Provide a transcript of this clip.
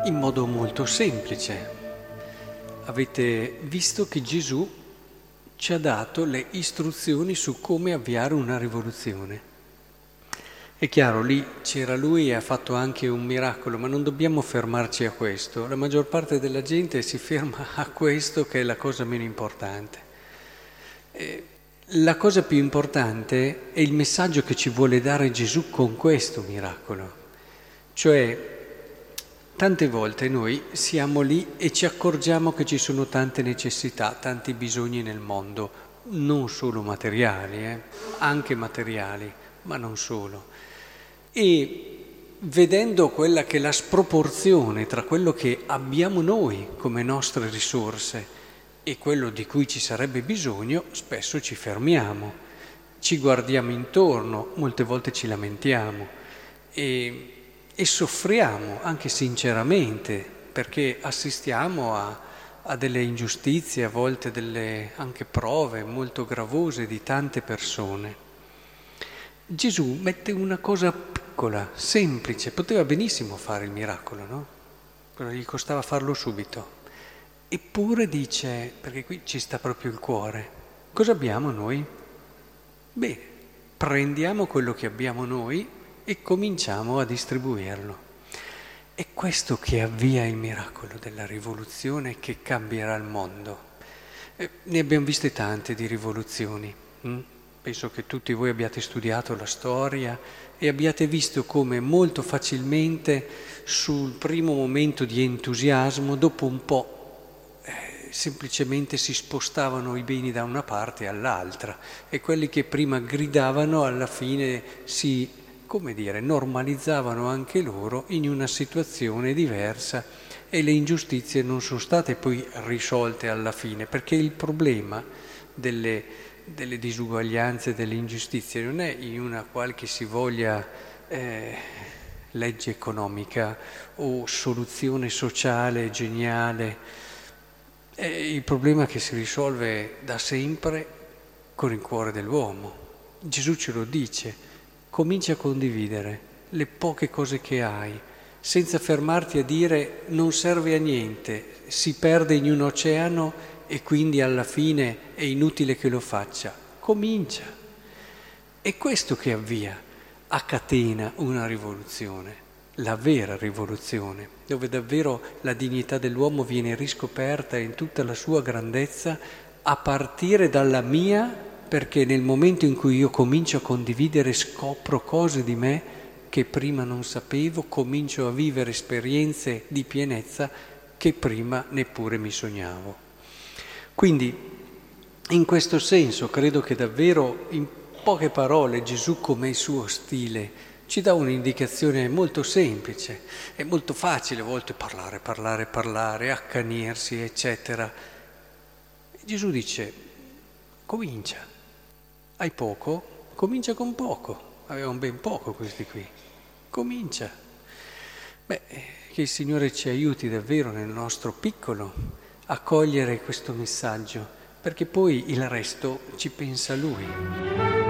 in modo molto semplice. Avete visto che Gesù ci ha dato le istruzioni su come avviare una rivoluzione. È chiaro, lì c'era lui e ha fatto anche un miracolo, ma non dobbiamo fermarci a questo. La maggior parte della gente si ferma a questo, che è la cosa meno importante. La cosa più importante è il messaggio che ci vuole dare Gesù con questo miracolo. Cioè, tante volte noi siamo lì e ci accorgiamo che ci sono tante necessità, tanti bisogni nel mondo, non solo materiali, anche materiali, ma non solo. E vedendo quella che è la sproporzione tra quello che abbiamo noi come nostre risorse e quello di cui ci sarebbe bisogno, spesso ci fermiamo, ci guardiamo intorno, molte volte ci lamentiamo e soffriamo anche sinceramente, perché assistiamo a delle ingiustizie, a volte delle anche prove molto gravose di tante persone. Gesù mette una cosa piccola, semplice, poteva benissimo fare il miracolo, no? Però gli costava farlo subito. Eppure dice, perché qui ci sta proprio il cuore, cosa abbiamo noi? Bene, prendiamo quello che abbiamo noi e cominciamo a distribuirlo. È questo che avvia il miracolo della rivoluzione che cambierà il mondo. Ne abbiamo viste tante di rivoluzioni. Penso che tutti voi abbiate studiato la storia e abbiate visto come molto facilmente sul primo momento di entusiasmo, dopo un po', semplicemente si spostavano i beni da una parte all'altra e quelli che prima gridavano alla fine si, normalizzavano anche loro in una situazione diversa e le ingiustizie non sono state poi risolte alla fine, perché il problema delle disuguaglianze, delle ingiustizie non è in una qualche si voglia legge economica o soluzione sociale geniale. Il problema che si risolve da sempre con il cuore dell'uomo. Gesù ce lo dice, comincia a condividere le poche cose che hai, senza fermarti a dire non serve a niente, si perde in un oceano e quindi alla fine è inutile che lo faccia. Comincia. È questo che avvia a catena una rivoluzione. La vera rivoluzione, dove davvero la dignità dell'uomo viene riscoperta in tutta la sua grandezza, a partire dalla mia, perché nel momento in cui io comincio a condividere scopro cose di me che prima non sapevo, comincio a vivere esperienze di pienezza che prima neppure mi sognavo. Quindi, in questo senso, credo che davvero in poche parole Gesù, come il suo stile, ci dà un'indicazione molto semplice. È molto facile a volte parlare, accanirsi, eccetera. Gesù dice, comincia. Hai poco? Comincia con poco. Avevano ben poco questi qui. Comincia. Che il Signore ci aiuti davvero nel nostro piccolo a cogliere questo messaggio, perché poi il resto ci pensa Lui.